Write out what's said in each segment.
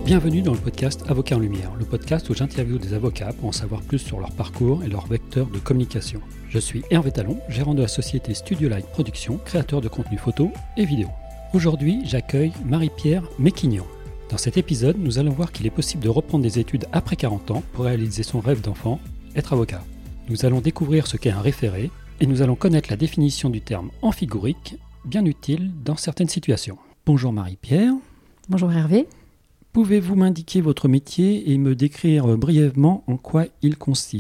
Bienvenue dans le podcast Avocats en Lumière, le podcast où j'interviewe des avocats pour en savoir plus sur leur parcours et leur vecteur de communication. Je suis Hervé Talon, gérant de la société Studio Light Production, créateur de contenu photo et vidéo. Aujourd'hui, j'accueille Marie-Pierre Méquignon. Dans cet épisode, nous allons voir qu'il est possible de reprendre des études après 40 ans pour réaliser son rêve d'enfant, être avocat. Nous allons découvrir ce qu'est un référé et nous allons connaître la définition du terme amphigourique, bien utile dans certaines situations. Bonjour Marie-Pierre. Bonjour Hervé. Pouvez-vous m'indiquer votre métier et me décrire brièvement en quoi il consiste ?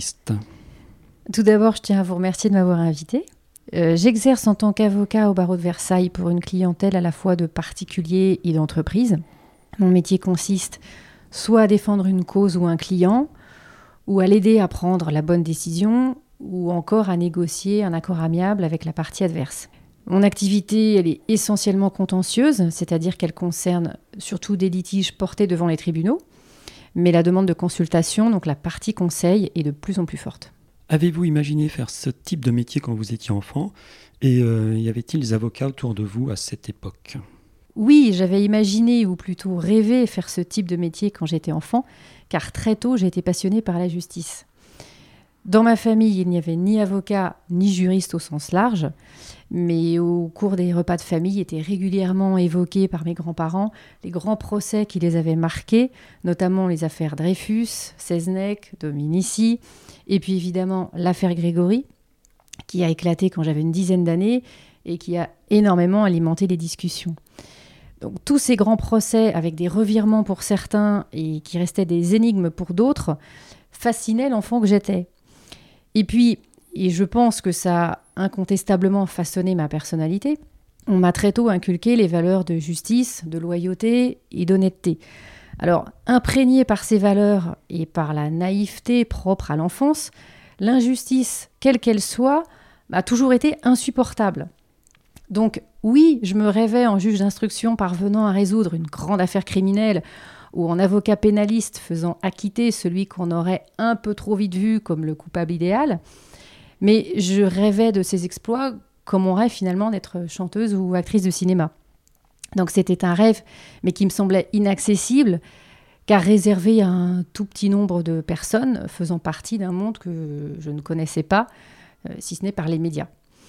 Tout d'abord, je tiens à vous remercier de m'avoir invité. J'exerce en tant qu'avocat au barreau de Versailles pour une clientèle à la fois de particuliers et d'entreprises. Mon métier consiste soit à défendre une cause ou un client, ou à l'aider à prendre la bonne décision, ou encore à négocier un accord amiable avec la partie adverse. Mon activité, elle est essentiellement contentieuse, c'est-à-dire qu'elle concerne surtout des litiges portés devant les tribunaux, mais la demande de consultation, donc la partie conseil, est de plus en plus forte. Avez-vous imaginé faire ce type de métier quand vous étiez enfant ? Et y avait-il des avocats autour de vous à cette époque ? Oui, j'avais imaginé, ou plutôt rêvé, faire ce type de métier quand j'étais enfant, car très tôt, j'ai été passionnée par la justice. Dans ma famille, il n'y avait ni avocat ni juriste au sens large, mais au cours des repas de famille étaient régulièrement évoqués par mes grands-parents les grands procès qui les avaient marqués, notamment les affaires Dreyfus, Seznec, Dominici, et puis évidemment l'affaire Grégory, qui a éclaté quand j'avais une dizaine d'années et qui a énormément alimenté les discussions. Donc tous ces grands procès avec des revirements pour certains et qui restaient des énigmes pour d'autres fascinaient l'enfant que j'étais. Et puis, et je pense que ça a incontestablement façonné ma personnalité, on m'a très tôt inculqué les valeurs de justice, de loyauté et d'honnêteté. Alors, imprégné par ces valeurs et par la naïveté propre à l'enfance, l'injustice, quelle qu'elle soit, a toujours été insupportable. Donc oui, je me rêvais en juge d'instruction parvenant à résoudre une grande affaire criminelle ou en avocat pénaliste faisant acquitter celui qu'on aurait un peu trop vite vu comme le coupable idéal. Mais je rêvais de ces exploits comme on rêve finalement d'être chanteuse ou actrice de cinéma. Donc c'était un rêve, mais qui me semblait inaccessible, car réservé à un tout petit nombre de personnes faisant partie d'un monde que je ne connaissais pas, si ce n'est par les médias.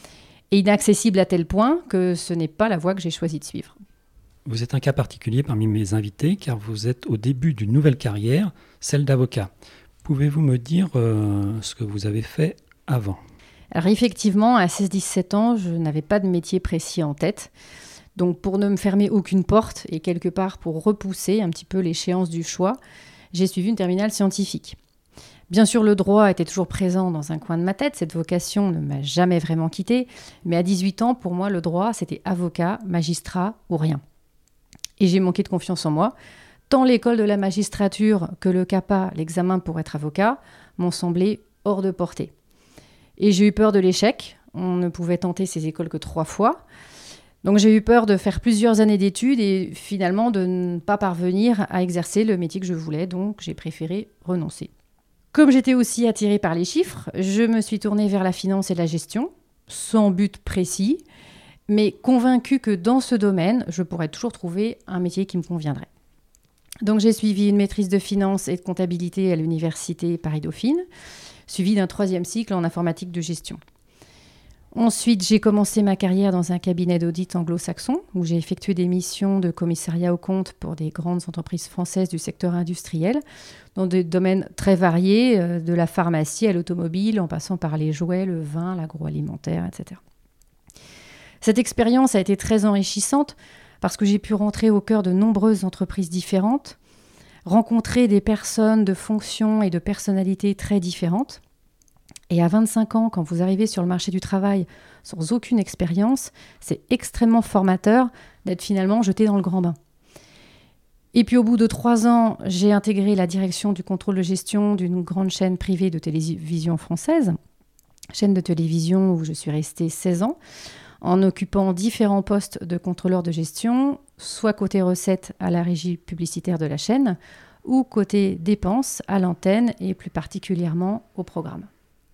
Et inaccessible à tel point que ce n'est pas la voie que j'ai choisi de suivre. Vous êtes un cas particulier parmi mes invités car vous êtes au début d'une nouvelle carrière, celle d'avocat. Pouvez-vous me dire ce que vous avez fait avant ? Alors effectivement, à 16-17 ans, je n'avais pas de métier précis en tête. Donc pour ne me fermer aucune porte et quelque part pour repousser un petit peu l'échéance du choix, j'ai suivi une terminale scientifique. Bien sûr, le droit était toujours présent dans un coin de ma tête, cette vocation ne m'a jamais vraiment quittée, mais à 18 ans, pour moi, le droit, c'était avocat, magistrat ou rien. Et j'ai manqué de confiance en moi. Tant l'école de la magistrature que le CAPA, l'examen pour être avocat, m'ont semblé hors de portée. Et j'ai eu peur de l'échec. On ne pouvait tenter ces écoles que 3 fois. Donc j'ai eu peur de faire plusieurs années d'études et finalement de ne pas parvenir à exercer le métier que je voulais. Donc j'ai préféré renoncer. Comme j'étais aussi attirée par les chiffres, je me suis tournée vers la finance et la gestion, sans but précis, mais convaincue que dans ce domaine, je pourrais toujours trouver un métier qui me conviendrait. Donc j'ai suivi une maîtrise de finance et de comptabilité à l'université Paris-Dauphine, suivie d'un 3e cycle en informatique de gestion. Ensuite, j'ai commencé ma carrière dans un cabinet d'audit anglo-saxon, où j'ai effectué des missions de commissariat aux comptes pour des grandes entreprises françaises du secteur industriel, dans des domaines très variés, de la pharmacie à l'automobile, en passant par les jouets, le vin, l'agroalimentaire, etc. Cette expérience a été très enrichissante parce que j'ai pu rentrer au cœur de nombreuses entreprises différentes, rencontrer des personnes de fonctions et de personnalités très différentes. Et à 25 ans, quand vous arrivez sur le marché du travail sans aucune expérience, c'est extrêmement formateur d'être finalement jeté dans le grand bain. Et puis au bout de 3 ans, j'ai intégré la direction du contrôle de gestion d'une grande chaîne privée de télévision française, chaîne de télévision où je suis restée 16 ans, en occupant différents postes de contrôleur de gestion, soit côté recettes à la régie publicitaire de la chaîne, ou côté dépenses à l'antenne et plus particulièrement au programme.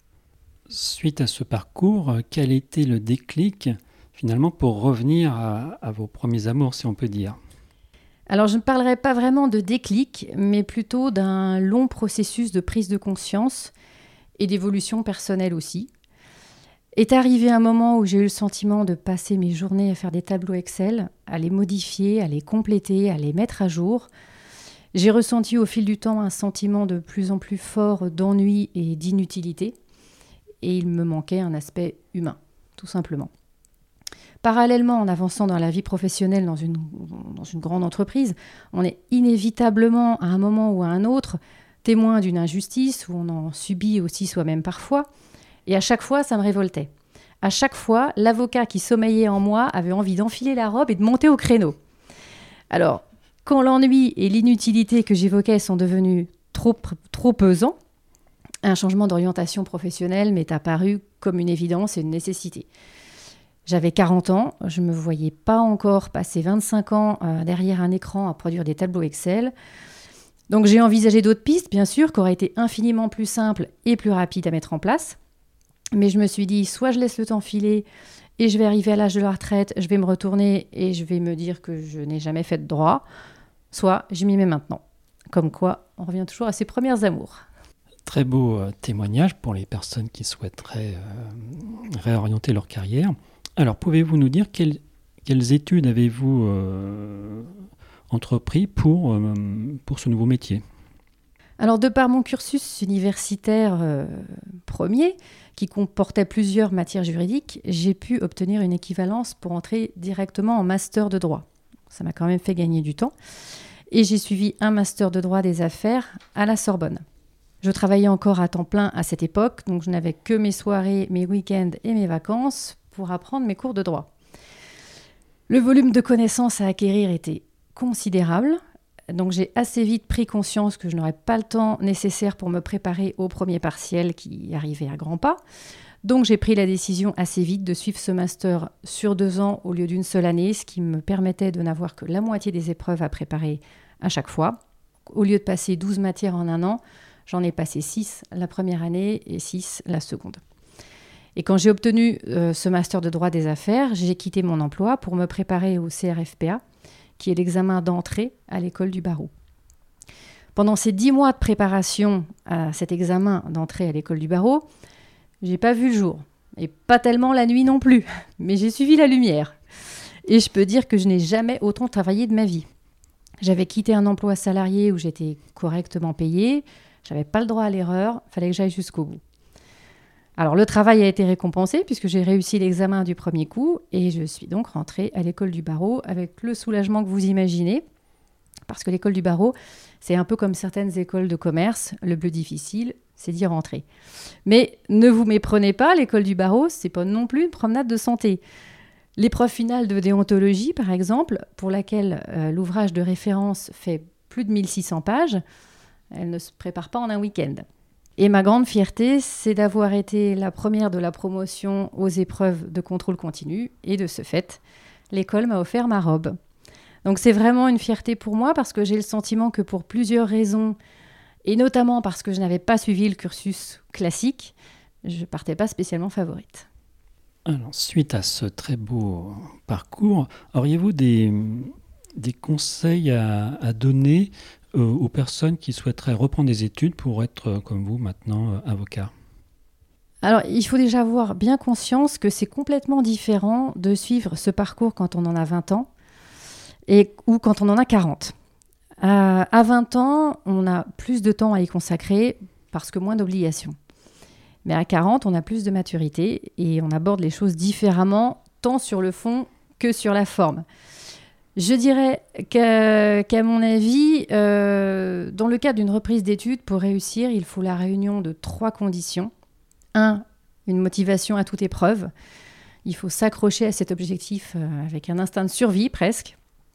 Suite à ce parcours, quel était le déclic finalement pour revenir à vos premiers amours, si on peut dire ? Alors, je ne parlerai pas vraiment de déclic, mais plutôt d'un long processus de prise de conscience et d'évolution personnelle aussi. Est arrivé un moment où j'ai eu le sentiment de passer mes journées à faire des tableaux Excel, à les modifier, à les compléter, à les mettre à jour. J'ai ressenti au fil du temps un sentiment de plus en plus fort d'ennui et d'inutilité. Et il me manquait un aspect humain, tout simplement. Parallèlement, en avançant dans la vie professionnelle dans une grande entreprise, on est inévitablement, à un moment ou à un autre, témoin d'une injustice, où on en subit aussi soi-même parfois. Et à chaque fois, ça me révoltait. À chaque fois, l'avocat qui sommeillait en moi avait envie d'enfiler la robe et de monter au créneau. Alors, quand l'ennui et l'inutilité que j'évoquais sont devenus trop pesants, un changement d'orientation professionnelle m'est apparu comme une évidence et une nécessité. J'avais 40 ans, je ne me voyais pas encore passer 25 ans derrière un écran à produire des tableaux Excel. Donc j'ai envisagé d'autres pistes, bien sûr, qui auraient été infiniment plus simples et plus rapides à mettre en place. Mais je me suis dit, soit je laisse le temps filer et je vais arriver à l'âge de la retraite, je vais me retourner et je vais me dire que je n'ai jamais fait de droit, soit je m'y mets maintenant. Comme quoi, on revient toujours à ses premières amours. Très beau témoignage pour les personnes qui souhaiteraient réorienter leur carrière. Alors, pouvez-vous nous dire quelles études avez-vous entrepris pour ce nouveau métier ? Alors, de par mon cursus universitaire premier, qui comportait plusieurs matières juridiques, j'ai pu obtenir une équivalence pour entrer directement en master de droit. Ça m'a quand même fait gagner du temps. Et j'ai suivi un master de droit des affaires à la Sorbonne. Je travaillais encore à temps plein à cette époque, donc je n'avais que mes soirées, mes week-ends et mes vacances pour apprendre mes cours de droit. Le volume de connaissances à acquérir était considérable, donc j'ai assez vite pris conscience que je n'aurais pas le temps nécessaire pour me préparer au premier partiel qui arrivait à grands pas. Donc j'ai pris la décision assez vite de suivre ce master sur 2 ans au lieu d'une seule année, ce qui me permettait de n'avoir que la moitié des épreuves à préparer à chaque fois. Au lieu de passer 12 matières en un an, j'en ai passé 6 la première année et 6 la seconde. Et quand j'ai obtenu ce master de droit des affaires, j'ai quitté mon emploi pour me préparer au CRFPA, qui est l'examen d'entrée à l'école du barreau. Pendant ces 10 mois de préparation à cet examen d'entrée à l'école du barreau, j'ai pas vu le jour, et pas tellement la nuit non plus, mais j'ai suivi la lumière. Et je peux dire que je n'ai jamais autant travaillé de ma vie. J'avais quitté un emploi salarié où j'étais correctement payée, j'avais pas le droit à l'erreur, fallait que j'aille jusqu'au bout. Alors le travail a été récompensé puisque j'ai réussi l'examen du premier coup et je suis donc rentrée à l'école du barreau avec le soulagement que vous imaginez, parce que l'école du barreau, c'est un peu comme certaines écoles de commerce, le plus difficile, c'est d'y rentrer. Mais ne vous méprenez pas, l'école du barreau, c'est pas non plus une promenade de santé. L'épreuve finale de déontologie, par exemple, pour laquelle l'ouvrage de référence fait plus de 1600 pages, elle ne se prépare pas en un week-end. Et ma grande fierté, c'est d'avoir été la première de la promotion aux épreuves de contrôle continu. Et de ce fait, l'école m'a offert ma robe. Donc c'est vraiment une fierté pour moi parce que j'ai le sentiment que pour plusieurs raisons, et notamment parce que je n'avais pas suivi le cursus classique, je ne partais pas spécialement favorite. Alors, suite à ce très beau parcours, auriez-vous des conseils à donner aux personnes qui souhaiteraient reprendre des études pour être, comme vous, maintenant, avocat ? Alors, il faut déjà avoir bien conscience que c'est complètement différent de suivre ce parcours quand on en a 20 ans ou quand on en a 40. À 20 ans, on a plus de temps à y consacrer parce que moins d'obligations. Mais à 40, on a plus de maturité et on aborde les choses différemment, tant sur le fond que sur la forme. Je dirais qu'à mon avis, dans le cadre d'une reprise d'études, pour réussir, il faut la réunion de 3 conditions. 1, une motivation à toute épreuve. Il faut s'accrocher à cet objectif avec un instinct de survie presque.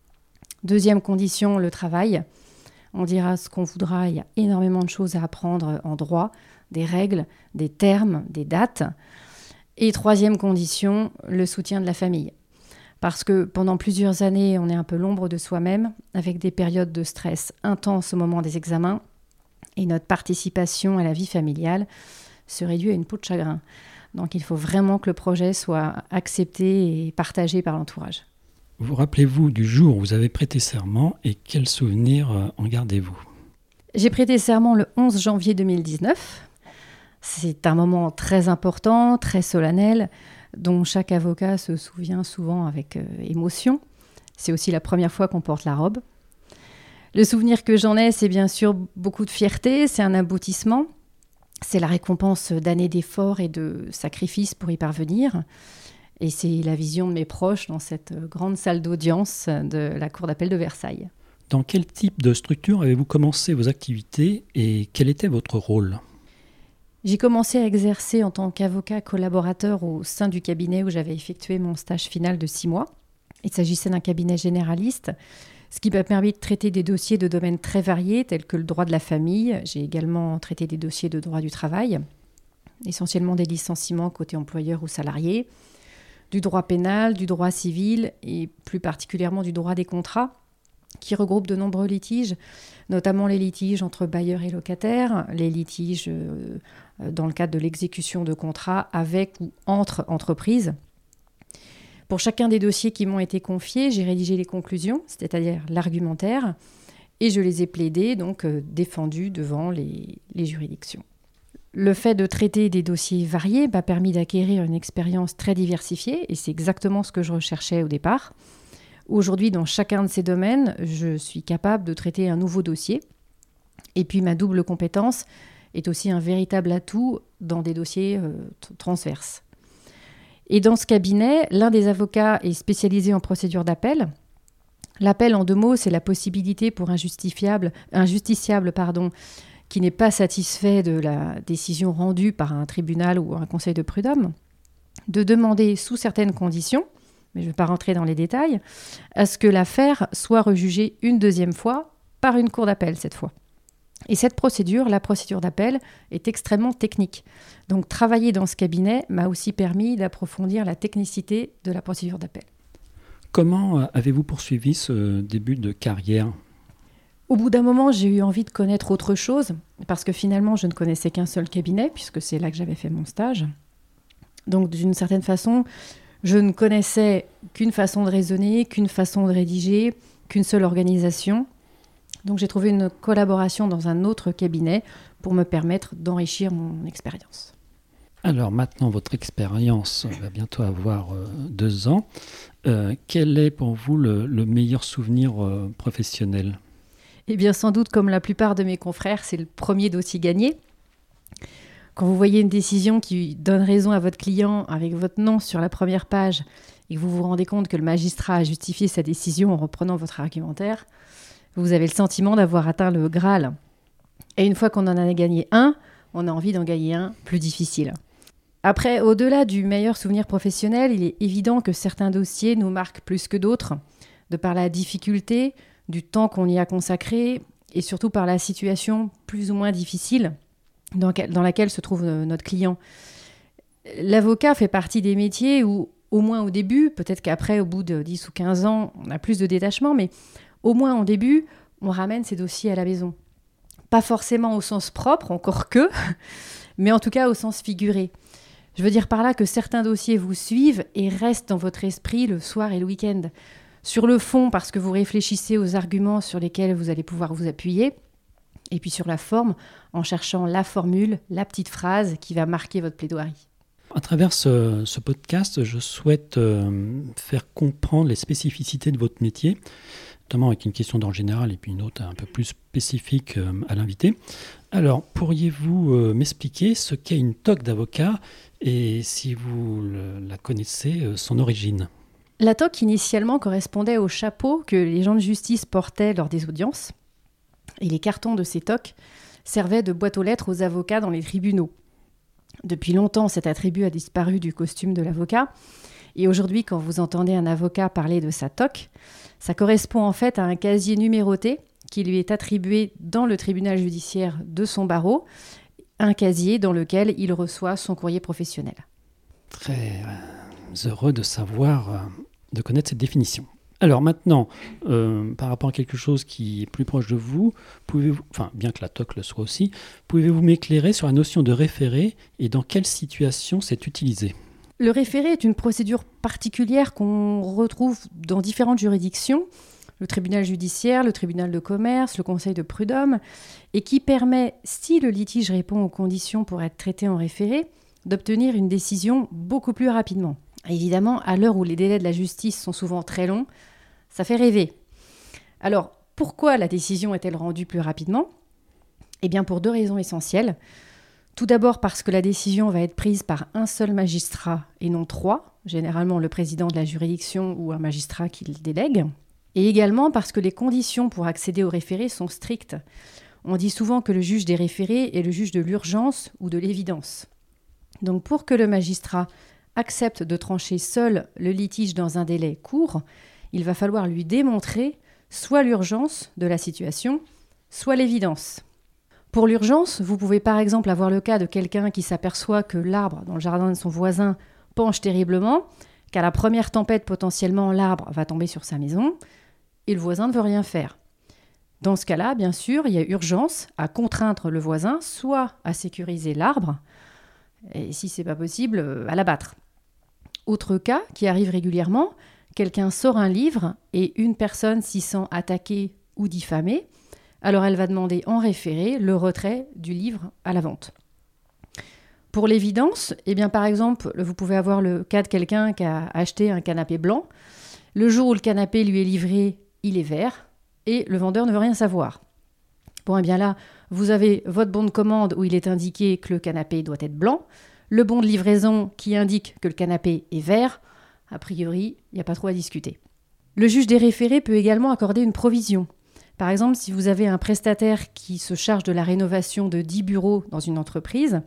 2e condition, le travail. On dira ce qu'on voudra, il y a énormément de choses à apprendre en droit, des règles, des termes, des dates. Et 3e condition, le soutien de la famille. Parce que pendant plusieurs années, on est un peu l'ombre de soi-même, avec des périodes de stress intenses au moment des examens, et notre participation à la vie familiale se réduit à une peau de chagrin. Donc il faut vraiment que le projet soit accepté et partagé par l'entourage. Vous rappelez-vous du jour où vous avez prêté serment et quels souvenirs en gardez-vous? J'ai prêté serment le 11 janvier 2019. C'est un moment très important, très solennel, dont chaque avocat se souvient souvent avec émotion. C'est aussi la première fois qu'on porte la robe. Le souvenir que j'en ai, c'est bien sûr beaucoup de fierté, c'est un aboutissement. C'est la récompense d'années d'efforts et de sacrifices pour y parvenir. Et c'est la vision de mes proches dans cette grande salle d'audience de la Cour d'appel de Versailles. Dans quel type de structure avez-vous commencé vos activités et quel était votre rôle? J'ai commencé à exercer en tant qu'avocat collaborateur au sein du cabinet où j'avais effectué mon stage final de 6 mois. Il s'agissait d'un cabinet généraliste, ce qui m'a permis de traiter des dossiers de domaines très variés tels que le droit de la famille. J'ai également traité des dossiers de droit du travail, essentiellement des licenciements côté employeur ou salarié, du droit pénal, du droit civil et plus particulièrement du droit des contrats, qui regroupe de nombreux litiges, notamment les litiges entre bailleurs et locataires, les litiges dans le cadre de l'exécution de contrats avec ou entre entreprises. Pour chacun des dossiers qui m'ont été confiés, j'ai rédigé les conclusions, c'est-à-dire l'argumentaire, et je les ai plaidés, donc défendus devant les juridictions. Le fait de traiter des dossiers variés m'a permis d'acquérir une expérience très diversifiée, et c'est exactement ce que je recherchais au départ. Aujourd'hui, dans chacun de ces domaines, je suis capable de traiter un nouveau dossier. Et puis ma double compétence est aussi un véritable atout dans des dossiers transverses. Et dans ce cabinet, l'un des avocats est spécialisé en procédure d'appel. L'appel, en 2 mots, c'est la possibilité pour un justiciable qui n'est pas satisfait de la décision rendue par un tribunal ou un conseil de prud'homme, de demander sous certaines conditions, mais je ne vais pas rentrer dans les détails, à ce que l'affaire soit rejugée une 2e fois par une cour d'appel cette fois. Et cette procédure, la procédure d'appel, est extrêmement technique. Donc travailler dans ce cabinet m'a aussi permis d'approfondir la technicité de la procédure d'appel. Comment avez-vous poursuivi ce début de carrière? Au bout d'un moment, j'ai eu envie de connaître autre chose, parce que finalement, je ne connaissais qu'un seul cabinet, puisque c'est là que j'avais fait mon stage. Donc d'une certaine façon, je ne connaissais qu'une façon de raisonner, qu'une façon de rédiger, qu'une seule organisation. Donc j'ai trouvé une collaboration dans un autre cabinet pour me permettre d'enrichir mon expérience. Alors maintenant, votre expérience va bientôt avoir 2 ans. Quel est pour vous le meilleur souvenir professionnel? Eh bien sans doute, comme la plupart de mes confrères, c'est le premier dossier gagné. Quand vous voyez une décision qui donne raison à votre client avec votre nom sur la première page et que vous vous rendez compte que le magistrat a justifié sa décision en reprenant votre argumentaire, vous avez le sentiment d'avoir atteint le Graal. Et une fois qu'on en a gagné un, on a envie d'en gagner un plus difficile. Après, au-delà du meilleur souvenir professionnel, il est évident que certains dossiers nous marquent plus que d'autres, de par la difficulté, du temps qu'on y a consacré et surtout par la situation plus ou moins difficile dans laquelle se trouve notre client. L'avocat fait partie des métiers où, au moins au début, peut-être qu'après, au bout de 10 ou 15 ans, on a plus de détachement, mais au moins au début, on ramène ces dossiers à la maison. Pas forcément au sens propre, encore que, mais en tout cas au sens figuré. Je veux dire par là que certains dossiers vous suivent et restent dans votre esprit le soir et le week-end. Sur le fond, parce que vous réfléchissez aux arguments sur lesquels vous allez pouvoir vous appuyer, et puis sur la forme, en cherchant la formule, la petite phrase qui va marquer votre plaidoirie. À travers ce podcast, je souhaite faire comprendre les spécificités de votre métier, notamment avec une question d'ordre général et puis une autre un peu plus spécifique à l'invité. Alors, pourriez-vous m'expliquer ce qu'est une toque d'avocat et, si vous la connaissez, son origine? La toque, initialement, correspondait au chapeau que les gens de justice portaient lors des audiences. Et les cartons de ces toques servaient de boîte aux lettres aux avocats dans les tribunaux. Depuis longtemps, cet attribut a disparu du costume de l'avocat. Et aujourd'hui, quand vous entendez un avocat parler de sa toque, ça correspond en fait à un casier numéroté qui lui est attribué dans le tribunal judiciaire de son barreau, un casier dans lequel il reçoit son courrier professionnel. Très heureux de savoir, de connaître cette définition. Alors maintenant, par rapport à quelque chose qui est plus proche de vous, pouvez-vous, bien que la toque le soit aussi, pouvez-vous m'éclairer sur la notion de référé et dans quelle situation c'est utilisé? Le référé est une procédure particulière qu'on retrouve dans différentes juridictions, le tribunal judiciaire, le tribunal de commerce, le conseil de prud'homme, et qui permet, si le litige répond aux conditions pour être traité en référé, d'obtenir une décision beaucoup plus rapidement. Évidemment, à l'heure où les délais de la justice sont souvent très longs, ça fait rêver. Alors, pourquoi la décision est-elle rendue plus rapidement ? Eh bien, pour 2 raisons essentielles. Tout d'abord parce que la décision va être prise par un seul magistrat et non 3, généralement le président de la juridiction ou un magistrat qui le délègue. Et également parce que les conditions pour accéder au référé sont strictes. On dit souvent que le juge des référés est le juge de l'urgence ou de l'évidence. Donc pour que le magistrat accepte de trancher seul le litige dans un délai court, il va falloir lui démontrer soit l'urgence de la situation, soit l'évidence. Pour l'urgence, vous pouvez par exemple avoir le cas de quelqu'un qui s'aperçoit que l'arbre dans le jardin de son voisin penche terriblement, qu'à la première tempête potentiellement l'arbre va tomber sur sa maison, et le voisin ne veut rien faire. Dans ce cas-là, bien sûr, il y a urgence à contraindre le voisin, soit à sécuriser l'arbre, et si c'est pas possible, à l'abattre. Autre cas qui arrive régulièrement, quelqu'un sort un livre et une personne s'y sent attaquée ou diffamée, alors elle va demander en référé le retrait du livre à la vente. Pour l'évidence, eh bien par exemple, vous pouvez avoir le cas de quelqu'un qui a acheté un canapé blanc. Le jour où le canapé lui est livré, il est vert et le vendeur ne veut rien savoir. Bon, eh bien là, vous avez votre bon de commande où il est indiqué que le canapé doit être blanc, le bon de livraison qui indique que le canapé est vert. A priori, il n'y a pas trop à discuter. Le juge des référés peut également accorder une provision. Par exemple, si vous avez un prestataire qui se charge de la rénovation de 10 bureaux dans une entreprise,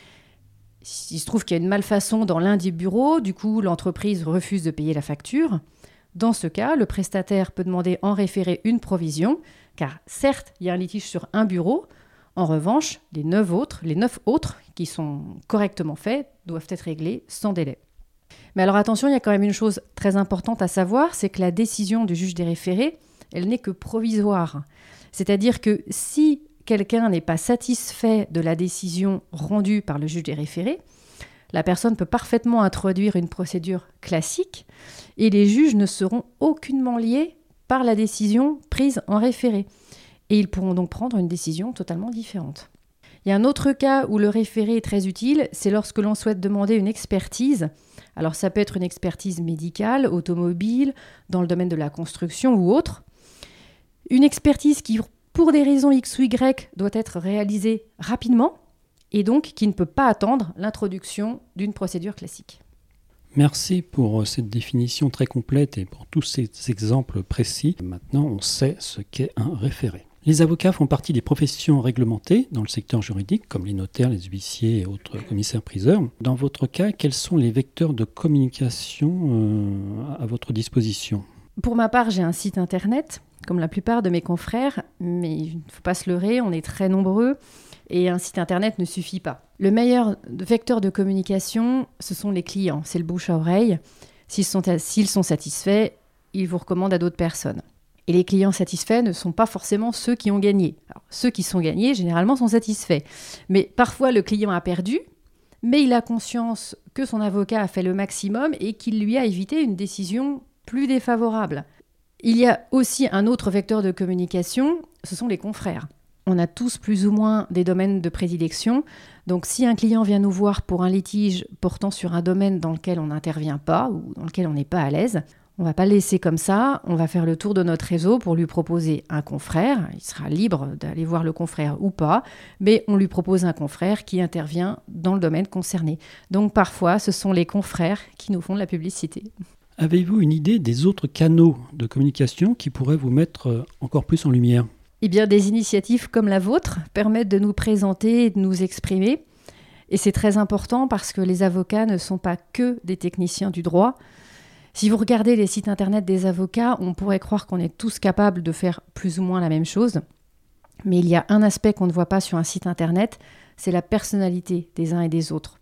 s'il se trouve qu'il y a une malfaçon dans l'un des bureaux, du coup l'entreprise refuse de payer la facture, dans ce cas, le prestataire peut demander en référé une provision, car certes, il y a un litige sur un bureau, en revanche, les 9 autres qui sont correctement faits doivent être réglés sans délai. Mais alors attention, il y a quand même une chose très importante à savoir, c'est que la décision du juge des référés, elle n'est que provisoire. C'est-à-dire que si quelqu'un n'est pas satisfait de la décision rendue par le juge des référés, la personne peut parfaitement introduire une procédure classique et les juges ne seront aucunement liés par la décision prise en référé. Et ils pourront donc prendre une décision totalement différente. Il y a un autre cas où le référé est très utile, c'est lorsque l'on souhaite demander une expertise. Alors ça peut être une expertise médicale, automobile, dans le domaine de la construction ou autre. Une expertise qui, pour des raisons X ou Y, doit être réalisée rapidement et donc qui ne peut pas attendre l'introduction d'une procédure classique. Merci pour cette définition très complète et pour tous ces exemples précis. Maintenant, on sait ce qu'est un référé. Les avocats font partie des professions réglementées dans le secteur juridique, comme les notaires, les huissiers et autres commissaires-priseurs. Dans votre cas, quels sont les vecteurs de communication à votre disposition ? Pour ma part, j'ai un site internet, comme la plupart de mes confrères, mais il ne faut pas se leurrer, on est très nombreux et un site internet ne suffit pas. Le meilleur vecteur de communication, ce sont les clients, c'est le bouche à oreille. S'ils sont satisfaits, ils vous recommandent à d'autres personnes. Et les clients satisfaits ne sont pas forcément ceux qui ont gagné. Alors, ceux qui sont gagnés, généralement, sont satisfaits. Mais parfois, le client a perdu, mais il a conscience que son avocat a fait le maximum et qu'il lui a évité une décision plus défavorable. Il y a aussi un autre vecteur de communication, ce sont les confrères. On a tous plus ou moins des domaines de prédilection. Donc si un client vient nous voir pour un litige portant sur un domaine dans lequel on n'intervient pas ou dans lequel on n'est pas à l'aise, on ne va pas le laisser comme ça, on va faire le tour de notre réseau pour lui proposer un confrère. Il sera libre d'aller voir le confrère ou pas, mais on lui propose un confrère qui intervient dans le domaine concerné. Donc parfois, ce sont les confrères qui nous font de la publicité. Avez-vous une idée des autres canaux de communication qui pourraient vous mettre encore plus en lumière ? Eh bien, des initiatives comme la vôtre permettent de nous présenter et de nous exprimer. Et c'est très important parce que les avocats ne sont pas que des techniciens du droit. Si vous regardez les sites internet des avocats, on pourrait croire qu'on est tous capables de faire plus ou moins la même chose. Mais il y a un aspect qu'on ne voit pas sur un site internet, c'est la personnalité des uns et des autres.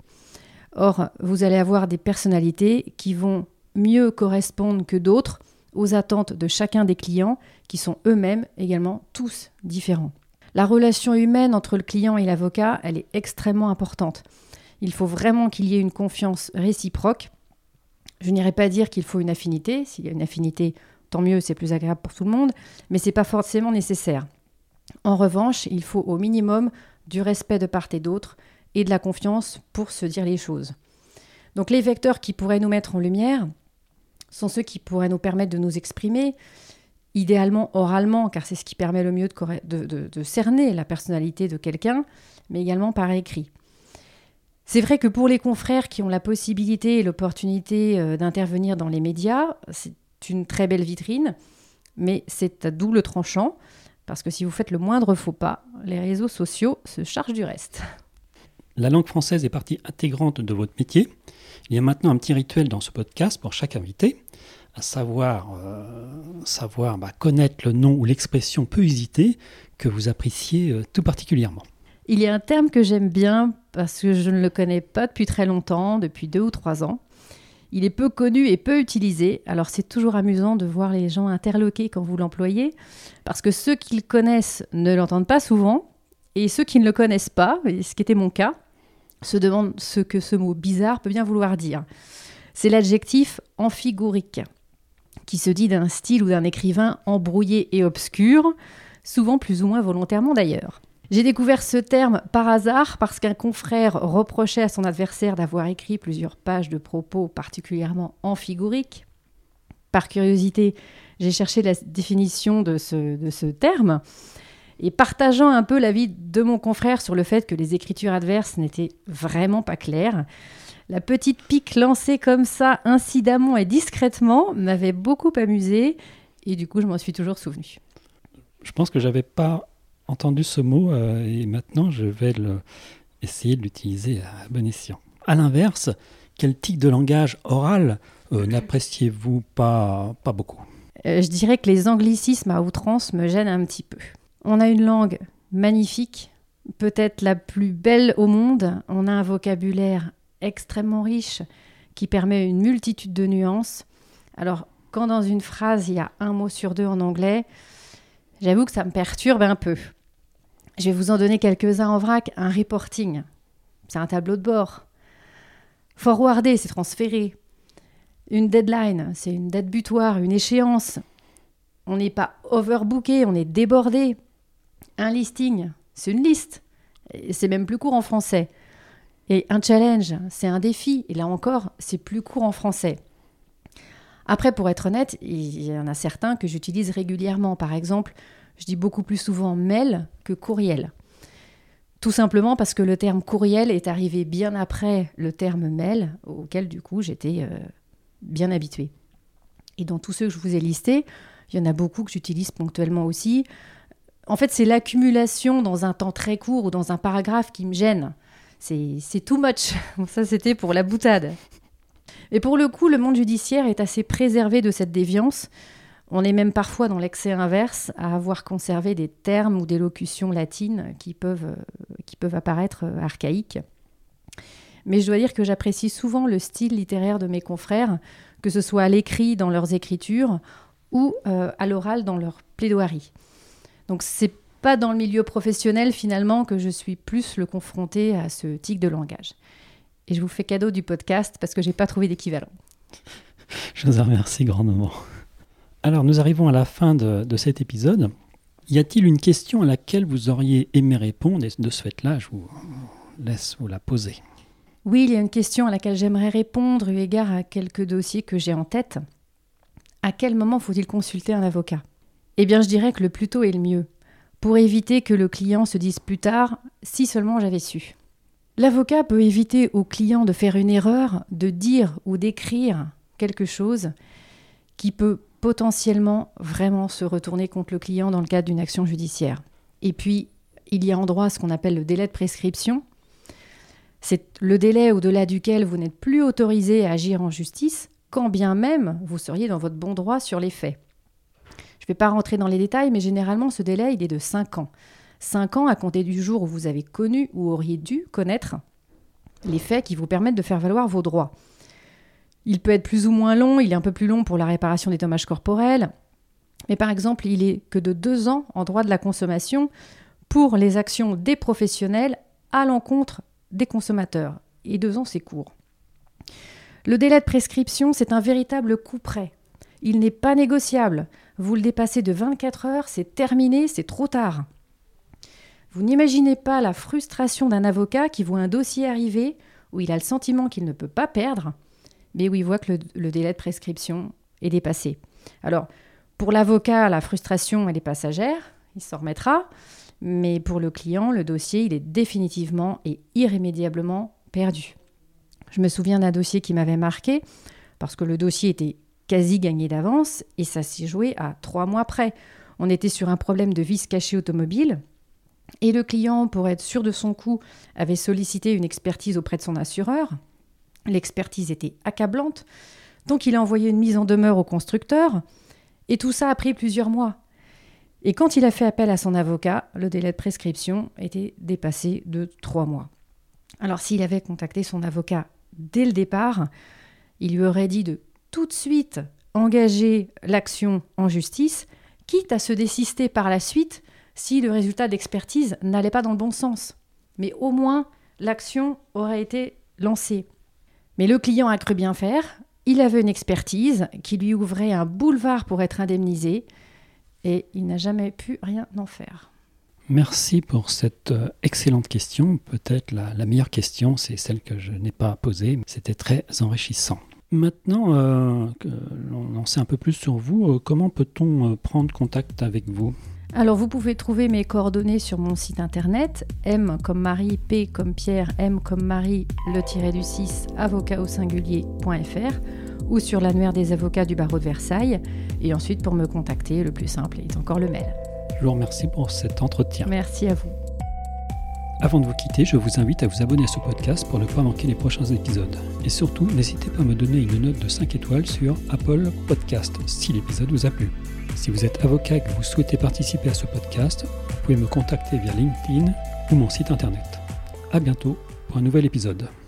Or, vous allez avoir des personnalités qui vont mieux correspondre que d'autres aux attentes de chacun des clients, qui sont eux-mêmes également tous différents. La relation humaine entre le client et l'avocat, elle est extrêmement importante. Il faut vraiment qu'il y ait une confiance réciproque. Je n'irai pas dire qu'il faut une affinité. S'il y a une affinité, tant mieux, c'est plus agréable pour tout le monde, mais ce n'est pas forcément nécessaire. En revanche, il faut au minimum du respect de part et d'autre et de la confiance pour se dire les choses. Donc les vecteurs qui pourraient nous mettre en lumière sont ceux qui pourraient nous permettre de nous exprimer, idéalement oralement, car c'est ce qui permet le mieux de cerner la personnalité de quelqu'un, mais également par écrit. C'est vrai que pour les confrères qui ont la possibilité et l'opportunité d'intervenir dans les médias, c'est une très belle vitrine, mais c'est à double tranchant, parce que si vous faites le moindre faux pas, les réseaux sociaux se chargent du reste. La langue française est partie intégrante de votre métier. Il y a maintenant un petit rituel dans ce podcast pour chaque invité, à savoir connaître le nom ou l'expression peu usitée que vous appréciez tout particulièrement. Il y a un terme que j'aime bien parce que je ne le connais pas depuis très longtemps, depuis 2 ou 3 ans. Il est peu connu et peu utilisé, alors c'est toujours amusant de voir les gens interloqués quand vous l'employez, parce que ceux qui le connaissent ne l'entendent pas souvent, et ceux qui ne le connaissent pas, et ce qui était mon cas, se demandent ce que ce mot bizarre peut bien vouloir dire. C'est l'adjectif amphigorique, qui se dit d'un style ou d'un écrivain embrouillé et obscur, souvent plus ou moins volontairement d'ailleurs. J'ai découvert ce terme par hasard parce qu'un confrère reprochait à son adversaire d'avoir écrit plusieurs pages de propos particulièrement amphigoriques. Par curiosité, j'ai cherché la définition de ce terme et partageant un peu l'avis de mon confrère sur le fait que les écritures adverses n'étaient vraiment pas claires, la petite pique lancée comme ça, incidemment et discrètement, m'avait beaucoup amusée et du coup, je m'en suis toujours souvenue. Je pense que je n'avais pas entendu ce mot et maintenant je vais essayer de l'utiliser à bon escient. À l'inverse, quel tic de langage oral n'appréciez-vous pas beaucoup ? Je dirais que les anglicismes à outrance me gênent un petit peu. On a une langue magnifique, peut-être la plus belle au monde. On a un vocabulaire extrêmement riche qui permet une multitude de nuances. Alors, quand dans une phrase, il y a un mot sur 2 en anglais, j'avoue que ça me perturbe un peu. Je vais vous en donner quelques-uns en vrac. Un reporting, c'est un tableau de bord. Forwarder, c'est transférer. Une deadline, c'est une date butoir, une échéance. On n'est pas overbooké, on est débordé. Un listing, c'est une liste. Et c'est même plus court en français. Et un challenge, c'est un défi. Et là encore, c'est plus court en français. Après, pour être honnête, il y en a certains que j'utilise régulièrement. Par exemple, je dis beaucoup plus souvent mail que courriel. Tout simplement parce que le terme courriel est arrivé bien après le terme mail, auquel du coup j'étais bien habituée. Et dans tous ceux que je vous ai listés, il y en a beaucoup que j'utilise ponctuellement aussi. En fait, c'est l'accumulation dans un temps très court ou dans un paragraphe qui me gêne. C'est too much. Ça, c'était pour la boutade. Et pour le coup, le monde judiciaire est assez préservé de cette déviance. On est même parfois dans l'excès inverse, à avoir conservé des termes ou des locutions latines qui peuvent apparaître archaïques. Mais je dois dire que j'apprécie souvent le style littéraire de mes confrères, que ce soit à l'écrit dans leurs écritures ou à l'oral dans leurs plaidoiries. Donc c'est pas dans le milieu professionnel finalement que je suis plus le confrontée à ce tic de langage. Et je vous fais cadeau du podcast parce que j'ai pas trouvé d'équivalent. Je vous en remercie grandement. Alors, nous arrivons à la fin de cet épisode. Y a-t-il une question à laquelle vous auriez aimé répondre ? Et de ce fait-là, je vous laisse vous la poser. Oui, il y a une question à laquelle j'aimerais répondre eu égard à quelques dossiers que j'ai en tête. À quel moment faut-il consulter un avocat ? Eh bien, je dirais que le plus tôt est le mieux, pour éviter que le client se dise plus tard « si seulement j'avais su ». L'avocat peut éviter au client de faire une erreur, de dire ou d'écrire quelque chose qui peut potentiellement vraiment se retourner contre le client dans le cadre d'une action judiciaire. Et puis, il y a en droit ce qu'on appelle le délai de prescription. C'est le délai au-delà duquel vous n'êtes plus autorisé à agir en justice, quand bien même vous seriez dans votre bon droit sur les faits. Je ne vais pas rentrer dans les détails, mais généralement, ce délai, il est de 5 ans. 5 ans à compter du jour où vous avez connu ou auriez dû connaître les faits qui vous permettent de faire valoir vos droits. Il peut être plus ou moins long, il est un peu plus long pour la réparation des dommages corporels, mais par exemple, il est que de 2 ans en droit de la consommation pour les actions des professionnels à l'encontre des consommateurs. et 2 ans, c'est court. Le délai de prescription, c'est un véritable coup près. Il n'est pas négociable. Vous le dépassez de 24 heures, c'est terminé, c'est trop tard. Vous n'imaginez pas la frustration d'un avocat qui voit un dossier arriver où il a le sentiment qu'il ne peut pas perdre, mais où il voit que le délai de prescription est dépassé. Alors, pour l'avocat, la frustration, elle est passagère, il s'en remettra, mais pour le client, le dossier, il est définitivement et irrémédiablement perdu. Je me souviens d'un dossier qui m'avait marqué, parce que le dossier était quasi gagné d'avance, et ça s'est joué à 3 mois près. On était sur un problème de vis caché automobile, et le client, pour être sûr de son coup, avait sollicité une expertise auprès de son assureur. L'expertise était accablante, donc il a envoyé une mise en demeure au constructeur, et tout ça a pris plusieurs mois. Et quand il a fait appel à son avocat, le délai de prescription était dépassé de 3 mois. Alors s'il avait contacté son avocat dès le départ, il lui aurait dit de tout de suite engager l'action en justice, quitte à se désister par la suite si le résultat d'expertise n'allait pas dans le bon sens. Mais au moins, l'action aurait été lancée. Mais le client a cru bien faire. Il avait une expertise qui lui ouvrait un boulevard pour être indemnisé et il n'a jamais pu rien en faire. Merci pour cette excellente question. Peut-être la meilleure question, c'est celle que je n'ai pas posée. C'était très enrichissant. Maintenant que l'on en sait un peu plus sur vous, comment peut-on prendre contact avec vous ? Alors vous pouvez trouver mes coordonnées sur mon site internet, M comme Marie, P comme Pierre, M comme Marie, le-du-6, avocat au singulier.fr ou sur l'annuaire des avocats du barreau de Versailles. Et ensuite, pour me contacter, le plus simple est encore le mail. Je vous remercie pour cet entretien. Merci à vous. Avant de vous quitter, je vous invite à vous abonner à ce podcast pour ne pas manquer les prochains épisodes. Et surtout, n'hésitez pas à me donner une note de 5 étoiles sur Apple Podcast si l'épisode vous a plu. Si vous êtes avocat et que vous souhaitez participer à ce podcast, vous pouvez me contacter via LinkedIn ou mon site internet. À bientôt pour un nouvel épisode.